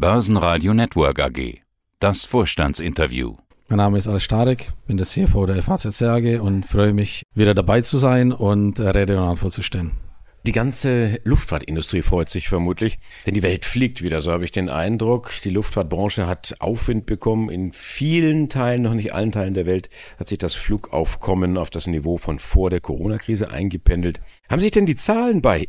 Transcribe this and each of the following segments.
Börsenradio Network AG. Das Vorstandsinterview. Mein Name ist Alex Starek, bin der CFO der FACC AG und freue mich, wieder dabei zu sein und Rede und Antwort zu stellen. Die ganze Luftfahrtindustrie freut sich vermutlich, denn die Welt fliegt wieder, so habe ich den Eindruck. Die Luftfahrtbranche hat Aufwind bekommen. In vielen Teilen, noch nicht allen Teilen der Welt, hat sich das Flugaufkommen auf das Niveau von vor der Corona-Krise eingependelt. Haben sich denn die Zahlen bei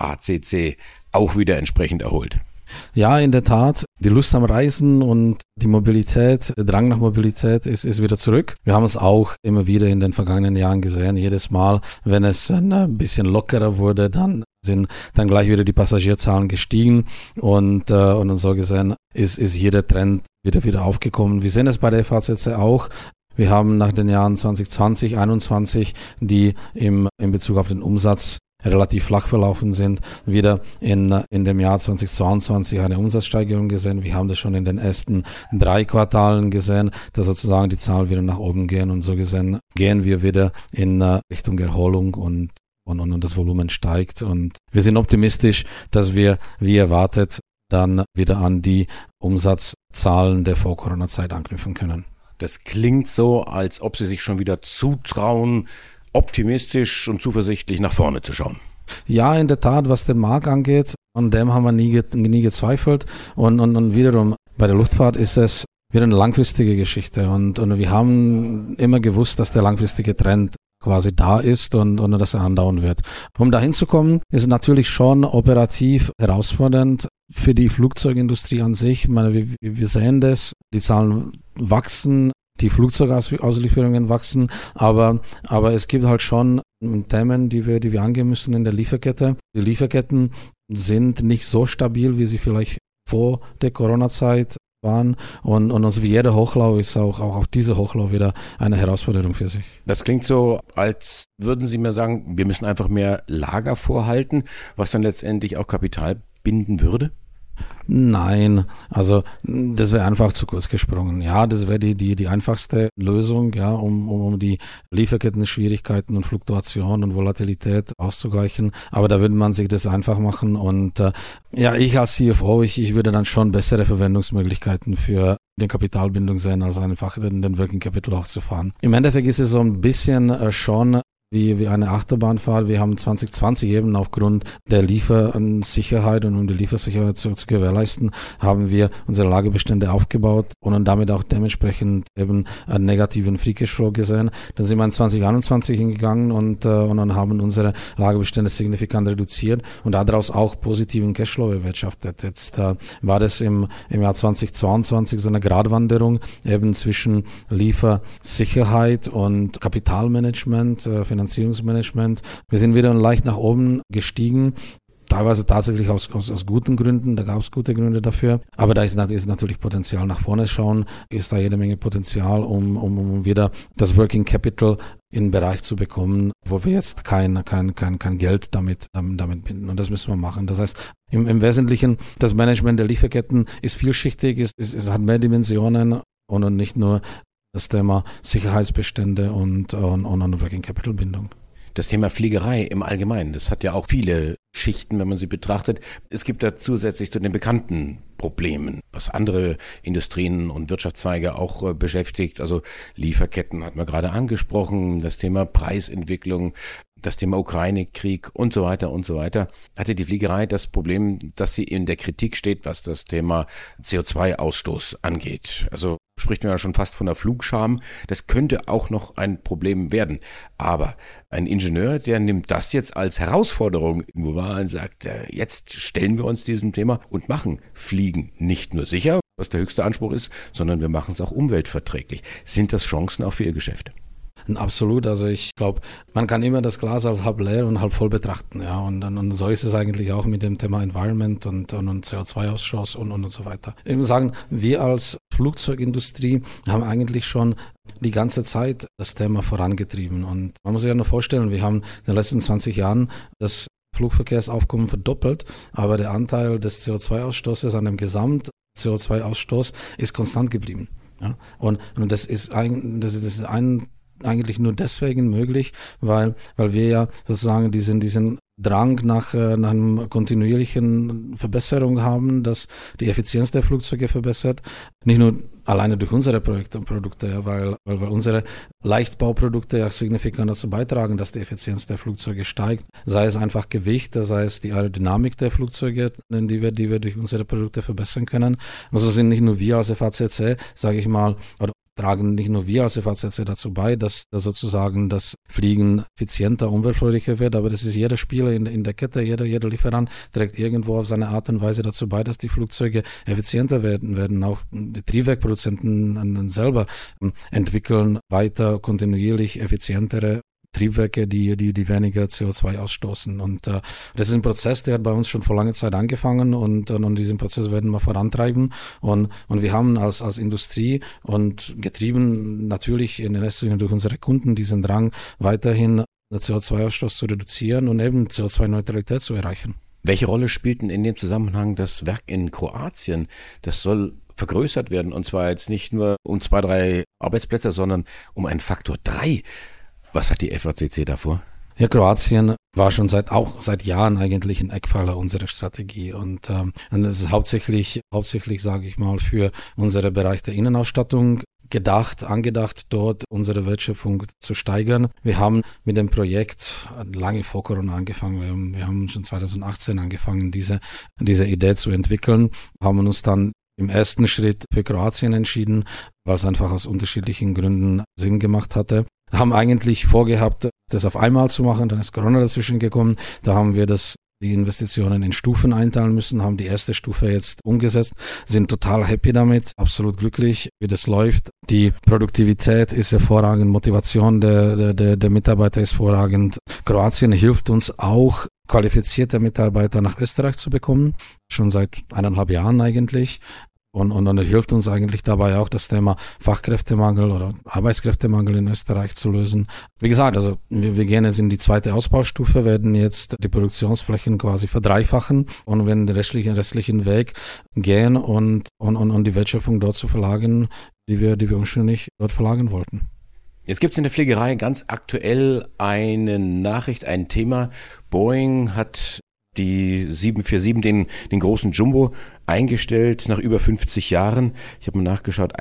FACC auch wieder entsprechend erholt? Ja, in der Tat, die Lust am Reisen und die Mobilität, der Drang nach Mobilität ist wieder zurück. Wir haben es auch immer wieder in den vergangenen Jahren gesehen. Jedes Mal, wenn es ein bisschen lockerer wurde, dann sind dann gleich wieder die Passagierzahlen gestiegen und so gesehen ist hier der Trend wieder aufgekommen. Wir sehen es bei der FACC auch. Wir haben nach den Jahren 2020, 2021, die in Bezug auf den Umsatz relativ flach verlaufen sind, wieder in dem Jahr 2022 eine Umsatzsteigerung gesehen. Wir haben das schon in den ersten 3 Quartalen gesehen, dass sozusagen die Zahlen wieder nach oben gehen und so gesehen gehen wir wieder in Richtung Erholung und das Volumen steigt und wir sind optimistisch, dass wir, wie erwartet, dann wieder an die Umsatzzahlen der Vor-Corona-Zeit anknüpfen können. Das klingt so, als ob Sie sich schon wieder zutrauen, optimistisch und zuversichtlich nach vorne zu schauen. Ja, in der Tat, was den Markt angeht, an dem haben wir nie gezweifelt und wiederum bei der Luftfahrt ist es wieder eine langfristige Geschichte und wir haben immer gewusst, dass der langfristige Trend quasi da ist und dass er andauern wird. Um dahin zu kommen, ist es natürlich schon operativ herausfordernd für die Flugzeugindustrie an sich. Ich meine, wir sehen das, die Zahlen wachsen, die Flugzeugauslieferungen wachsen, aber es gibt halt schon Themen, die wir angehen müssen in der Lieferkette. Die Lieferketten sind nicht so stabil, wie sie vielleicht vor der Corona-Zeit waren und also wie jeder Hochlauf ist auch dieser Hochlauf wieder eine Herausforderung für sich. Das klingt so, als würden Sie mir sagen, wir müssen einfach mehr Lager vorhalten, was dann letztendlich auch Kapital binden würde? Nein, also das wäre einfach zu kurz gesprungen. Ja, das wäre die einfachste Lösung, ja, um die Lieferketten-Schwierigkeiten und Fluktuation und Volatilität auszugleichen. Aber da würde man sich das einfach machen und ich als CFO, ich würde dann schon bessere Verwendungsmöglichkeiten für die Kapitalbindung sehen, als einfach den Working Capital hochzufahren. Im Endeffekt ist es so ein bisschen schon wie eine Achterbahnfahrt. Wir haben 2020 eben aufgrund der Liefersicherheit und um die Liefersicherheit zu gewährleisten, haben wir unsere Lagerbestände aufgebaut und damit auch dementsprechend eben einen negativen Free Cashflow gesehen. Dann sind wir in 2021 hingegangen und haben unsere Lagerbestände signifikant reduziert und daraus auch positiven Cashflow erwirtschaftet. Jetzt war das im Jahr 2022 so eine Gratwanderung eben zwischen Liefersicherheit und Kapitalmanagement, Finanzierungsmanagement. Wir sind wieder leicht nach oben gestiegen, teilweise tatsächlich aus guten Gründen, da gab es gute Gründe dafür, aber da ist natürlich Potenzial nach vorne schauen, ist da jede Menge Potenzial, um wieder das Working Capital in einen Bereich zu bekommen, wo wir jetzt kein Geld damit binden und das müssen wir machen. Das heißt, im Wesentlichen, das Management der Lieferketten ist vielschichtig, es hat mehr Dimensionen und nicht nur das Thema Sicherheitsbestände und Working Capital Bindung. Das Thema Fliegerei im Allgemeinen, das hat ja auch viele Schichten, wenn man sie betrachtet. Es gibt da zusätzlich zu den bekannten Problemen, was andere Industrien und Wirtschaftszweige auch beschäftigt. Also Lieferketten hat man gerade angesprochen, das Thema Preisentwicklung, das Thema Ukraine-Krieg und so weiter und so weiter. Hatte die Fliegerei das Problem, dass sie in der Kritik steht, was das Thema CO2-Ausstoß angeht. Also spricht man ja schon fast von der Flugscham. Das könnte auch noch ein Problem werden. Aber ein Ingenieur, der nimmt das jetzt als Herausforderung irgendwo wahr und sagt, jetzt stellen wir uns diesem Thema und machen Fliegen nicht nur sicher, was der höchste Anspruch ist, sondern wir machen es auch umweltverträglich. Sind das Chancen auch für Ihr Geschäft? Absolut, also ich glaube, man kann immer das Glas als halb leer und halb voll betrachten, ja, und so ist es eigentlich auch mit dem Thema Environment und CO2-Ausstoß und so weiter. Ich muss sagen, wir als Flugzeugindustrie haben eigentlich schon die ganze Zeit das Thema vorangetrieben und man muss sich ja nur vorstellen, wir haben in den letzten 20 Jahren das Flugverkehrsaufkommen verdoppelt, aber der Anteil des CO2-Ausstoßes an dem Gesamt-CO2-Ausstoß ist konstant geblieben. Ja? Und das ist eigentlich nur deswegen möglich, weil wir ja sozusagen diesen Drang nach einer kontinuierlichen Verbesserung haben, dass die Effizienz der Flugzeuge verbessert. Nicht nur alleine durch unsere Projekte und Produkte, ja, weil unsere Leichtbauprodukte ja signifikant dazu beitragen, dass die Effizienz der Flugzeuge steigt. Sei es einfach Gewicht, sei es die Aerodynamik der Flugzeuge, die wir durch unsere Produkte verbessern können. Also sind nicht nur wir als FACC, sage ich mal, oder tragen nicht nur wir als FACC dazu bei, dass sozusagen das Fliegen effizienter, umweltfreundlicher wird, aber das ist jeder Spieler in der Kette, jeder Lieferant trägt irgendwo auf seine Art und Weise dazu bei, dass die Flugzeuge effizienter werden. Auch die Triebwerkproduzenten selber entwickeln weiter kontinuierlich effizientere Triebwerke, die weniger CO2 ausstoßen. Und das ist ein Prozess, der hat bei uns schon vor langer Zeit angefangen und diesen Prozess werden wir vorantreiben. Und wir haben als Industrie und getrieben natürlich in erster Linie durch unsere Kunden diesen Drang, weiterhin den CO2-Ausstoß zu reduzieren und eben CO2-Neutralität zu erreichen. Welche Rolle spielt denn in dem Zusammenhang das Werk in Kroatien? Das soll vergrößert werden und zwar jetzt nicht nur um 2, 3 Arbeitsplätze, sondern um einen Faktor 3. Was hat die FACC davor? Ja, Kroatien war schon seit Jahren eigentlich ein Eckpfeiler unserer Strategie und es ist hauptsächlich, sage ich mal, für unseren Bereich der Innenausstattung angedacht, dort unsere Wertschöpfung zu steigern. Wir haben mit dem Projekt lange vor Corona angefangen. Wir haben schon 2018 angefangen, diese Idee zu entwickeln, haben uns dann im ersten Schritt für Kroatien entschieden, weil es einfach aus unterschiedlichen Gründen Sinn gemacht hatte. Haben eigentlich vorgehabt, das auf einmal zu machen, dann ist Corona dazwischen gekommen, da haben wir die Investitionen in Stufen einteilen müssen, haben die erste Stufe jetzt umgesetzt, sind total happy damit, absolut glücklich, wie das läuft. Die Produktivität ist hervorragend, Motivation der Mitarbeiter ist hervorragend. Kroatien hilft uns auch, qualifizierte Mitarbeiter nach Österreich zu bekommen, schon seit 1,5 Jahren eigentlich. Und hilft uns eigentlich dabei auch, das Thema Fachkräftemangel oder Arbeitskräftemangel in Österreich zu lösen. Wie gesagt, also wir gehen jetzt in die zweite Ausbaustufe, werden jetzt die Produktionsflächen quasi verdreifachen und werden den restlichen Weg gehen und die Wertschöpfung dort zu verlagern, die wir ursprünglich dort verlagern wollten. Jetzt gibt es in der Fliegerei ganz aktuell eine Nachricht, ein Thema. Boeing hat die 747, den großen Jumbo, eingestellt nach über 50 Jahren. Ich habe mal nachgeschaut,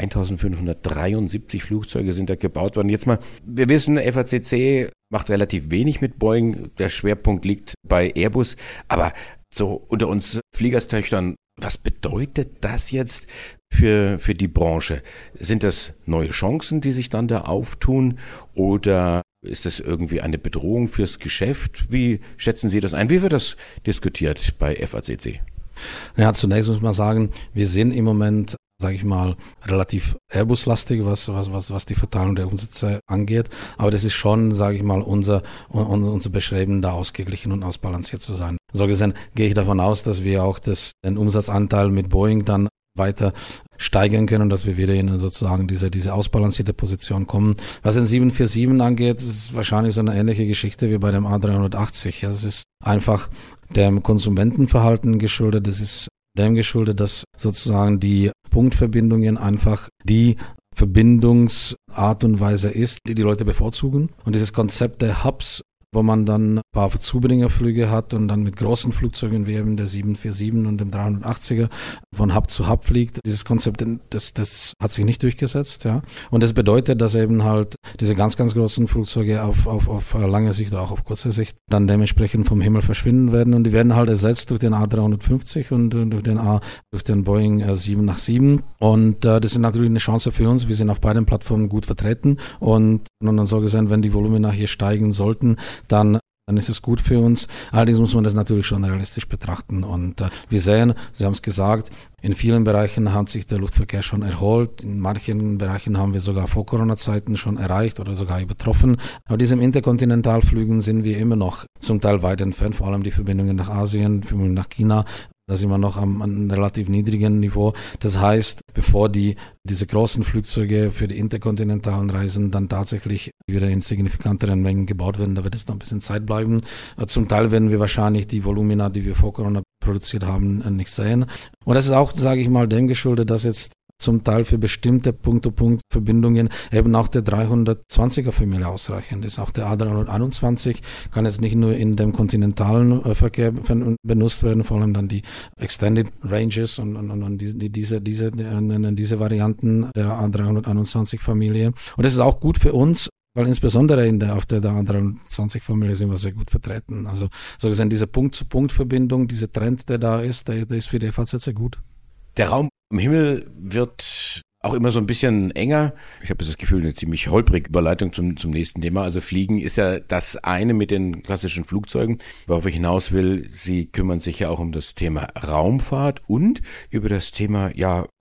1573 Flugzeuge sind da gebaut worden. Jetzt mal, wir wissen, FACC macht relativ wenig mit Boeing. Der Schwerpunkt liegt bei Airbus. Aber so unter uns Fliegerstöchtern, was bedeutet das jetzt für die Branche? Sind das neue Chancen, die sich dann da auftun oder ist das irgendwie eine Bedrohung fürs Geschäft? Wie schätzen Sie das ein? Wie wird das diskutiert bei FACC? Ja, zunächst muss man sagen, wir sind im Moment, sage ich mal, relativ Airbus-lastig, was die Verteilung der Umsätze angeht. Aber das ist schon, sage ich mal, unser Bestreben, da ausgeglichen und ausbalanciert zu sein. So gesehen gehe ich davon aus, dass wir auch den Umsatzanteil mit Boeing dann weiter steigern können, dass wir wieder in sozusagen diese ausbalancierte Position kommen. Was den 747 angeht, ist wahrscheinlich so eine ähnliche Geschichte wie bei dem A380. Ja, es ist einfach dem Konsumentenverhalten geschuldet. Es ist dem geschuldet, dass sozusagen die Punktverbindungen einfach die Verbindungsart und Weise ist, die Leute bevorzugen. Und dieses Konzept der Hubs, wo man dann ein paar Zubringerflüge hat und dann mit großen Flugzeugen wie eben der 747 und dem 380er von Hub zu Hub fliegt. Dieses Konzept, das hat sich nicht durchgesetzt, ja. Und das bedeutet, dass eben halt diese ganz, ganz großen Flugzeuge auf lange Sicht oder auch auf kurze Sicht dann dementsprechend vom Himmel verschwinden werden und die werden halt ersetzt durch den A350 und durch den Boeing 787. Und das ist natürlich eine Chance für uns. Wir sind auf beiden Plattformen gut vertreten und dann so gesehen, wenn die Volumina hier steigen sollten, dann ist es gut für uns. Allerdings muss man das natürlich schon realistisch betrachten. Und wir sehen, Sie haben es gesagt, in vielen Bereichen hat sich der Luftverkehr schon erholt. In manchen Bereichen haben wir sogar vor Corona-Zeiten schon erreicht oder sogar übertroffen. Aber diesem Interkontinentalflügen sind wir immer noch zum Teil weit entfernt, vor allem die Verbindungen nach Asien, Verbindungen nach China. Da sind wir noch am relativ niedrigen Niveau. Das heißt, bevor diese großen Flugzeuge für die interkontinentalen Reisen dann tatsächlich wieder in signifikanteren Mengen gebaut werden, da wird es noch ein bisschen Zeit bleiben. Zum Teil werden wir wahrscheinlich die Volumina, die wir vor Corona produziert haben, nicht sehen. Und das ist auch, sage ich mal, dem geschuldet, dass jetzt zum Teil für bestimmte Punkt-to-Punkt-Verbindungen eben auch der 320er-Familie ausreichend ist. Auch der A321 kann jetzt nicht nur in dem kontinentalen Verkehr benutzt werden, vor allem dann die Extended Ranges und diese Varianten der A321-Familie. Und das ist auch gut für uns, weil insbesondere auf der A320-Familie sind wir sehr gut vertreten. Also so gesehen, diese Punkt-zu-Punkt-Verbindung, dieser Trend, der da ist, der ist für die FAZ sehr gut. Der Raum im Himmel wird auch immer so ein bisschen enger. Ich habe das Gefühl, eine ziemlich holprige Überleitung zum nächsten Thema. Also Fliegen ist ja das eine mit den klassischen Flugzeugen. Worauf ich hinaus will, Sie kümmern sich ja auch um das Thema Raumfahrt und über das Thema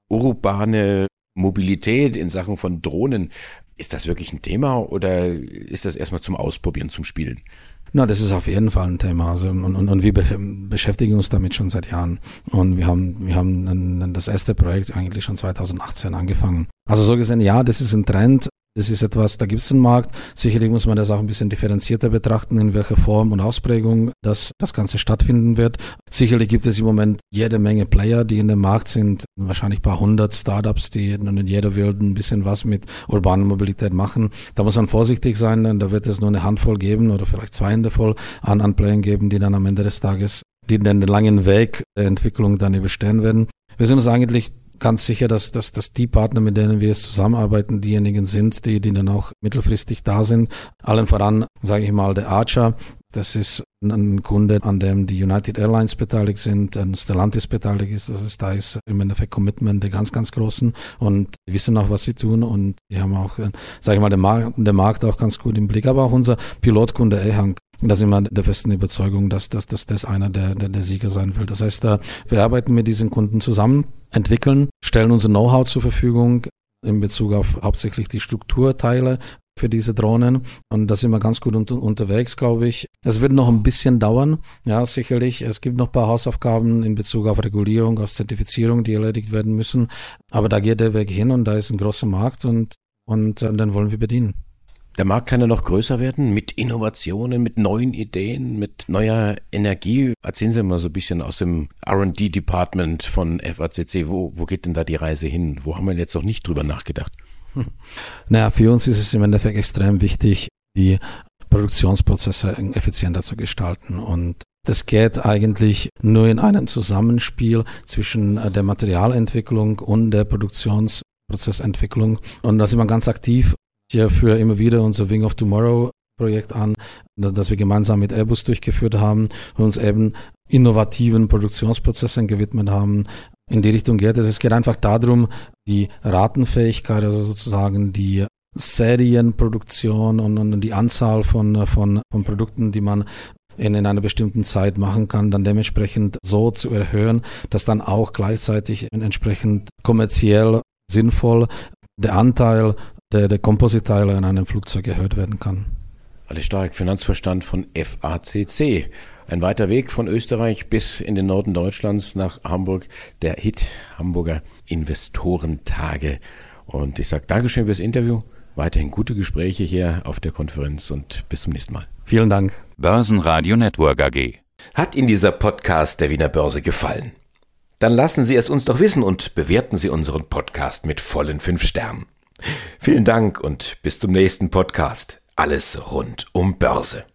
urbane Mobilität in Sachen von Drohnen. Ist das wirklich ein Thema oder ist das erstmal zum Ausprobieren, zum Spielen? Na, das ist auf jeden Fall ein Thema. Also, und wir beschäftigen uns damit schon seit Jahren. Und wir haben das erste Projekt eigentlich schon 2018 angefangen. Also so gesehen, ja, das ist ein Trend. Das ist etwas, da gibt es einen Markt. Sicherlich muss man das auch ein bisschen differenzierter betrachten, in welcher Form und Ausprägung das Ganze stattfinden wird. Sicherlich gibt es im Moment jede Menge Player, die in dem Markt sind. Wahrscheinlich ein paar hundert Startups, und jeder will ein bisschen was mit urbaner Mobilität machen. Da muss man vorsichtig sein, denn da wird es nur eine Handvoll geben oder vielleicht 2 Hände voll an Playern geben, die dann am Ende des Tages den langen Weg der Entwicklung dann überstehen werden. Wir sind uns eigentlich ganz sicher, dass die Partner, mit denen wir jetzt zusammenarbeiten, diejenigen sind, die dann auch mittelfristig da sind. Allen voran, sage ich mal, der Archer. Das ist ein Kunde, an dem die United Airlines beteiligt sind, an Stellantis beteiligt ist. Also da ist im Endeffekt Commitment der ganz, ganz Großen und die wissen auch, was sie tun und die haben auch, sage ich mal, den Markt auch ganz gut im Blick. Aber auch unser Pilotkunde EHang. Da sind wir der festen Überzeugung, dass das einer der Sieger sein will. Das heißt, wir arbeiten mit diesen Kunden zusammen, entwickeln, stellen unser Know-how zur Verfügung in Bezug auf hauptsächlich die Strukturteile für diese Drohnen. Und da sind wir ganz gut unterwegs, glaube ich. Es wird noch ein bisschen dauern, ja, sicherlich. Es gibt noch ein paar Hausaufgaben in Bezug auf Regulierung, auf Zertifizierung, die erledigt werden müssen. Aber da geht der Weg hin und da ist ein großer Markt und den wollen wir bedienen. Der Markt kann ja noch größer werden mit Innovationen, mit neuen Ideen, mit neuer Energie. Erzählen Sie mal so ein bisschen aus dem R&D-Department von FACC. Wo geht denn da die Reise hin? Wo haben wir jetzt noch nicht drüber nachgedacht? Naja, für uns ist es im Endeffekt extrem wichtig, die Produktionsprozesse effizienter zu gestalten. Und das geht eigentlich nur in einem Zusammenspiel zwischen der Materialentwicklung und der Produktionsprozessentwicklung. Und da sind wir ganz aktiv. Ich führe immer wieder unser Wing of Tomorrow Projekt an, das wir gemeinsam mit Airbus durchgeführt haben und uns eben innovativen Produktionsprozessen gewidmet haben. In die Richtung geht es. Es geht einfach darum, die Ratenfähigkeit, also sozusagen die Serienproduktion und die Anzahl von Produkten, die man in einer bestimmten Zeit machen kann, dann dementsprechend so zu erhöhen, dass dann auch gleichzeitig entsprechend kommerziell sinnvoll der Anteil der Kompositteile in einem Flugzeug erhöht werden kann. Alles stark, Finanzvorstand von FACC. Ein weiter Weg von Österreich bis in den Norden Deutschlands nach Hamburg, der HIT Hamburger Investorentage. Und ich sage Dankeschön fürs Interview, weiterhin gute Gespräche hier auf der Konferenz und bis zum nächsten Mal. Vielen Dank. Börsenradio Network AG. Hat Ihnen dieser Podcast der Wiener Börse gefallen? Dann lassen Sie es uns doch wissen und bewerten Sie unseren Podcast mit vollen 5 Sternen. Vielen Dank und bis zum nächsten Podcast. Alles rund um Börse.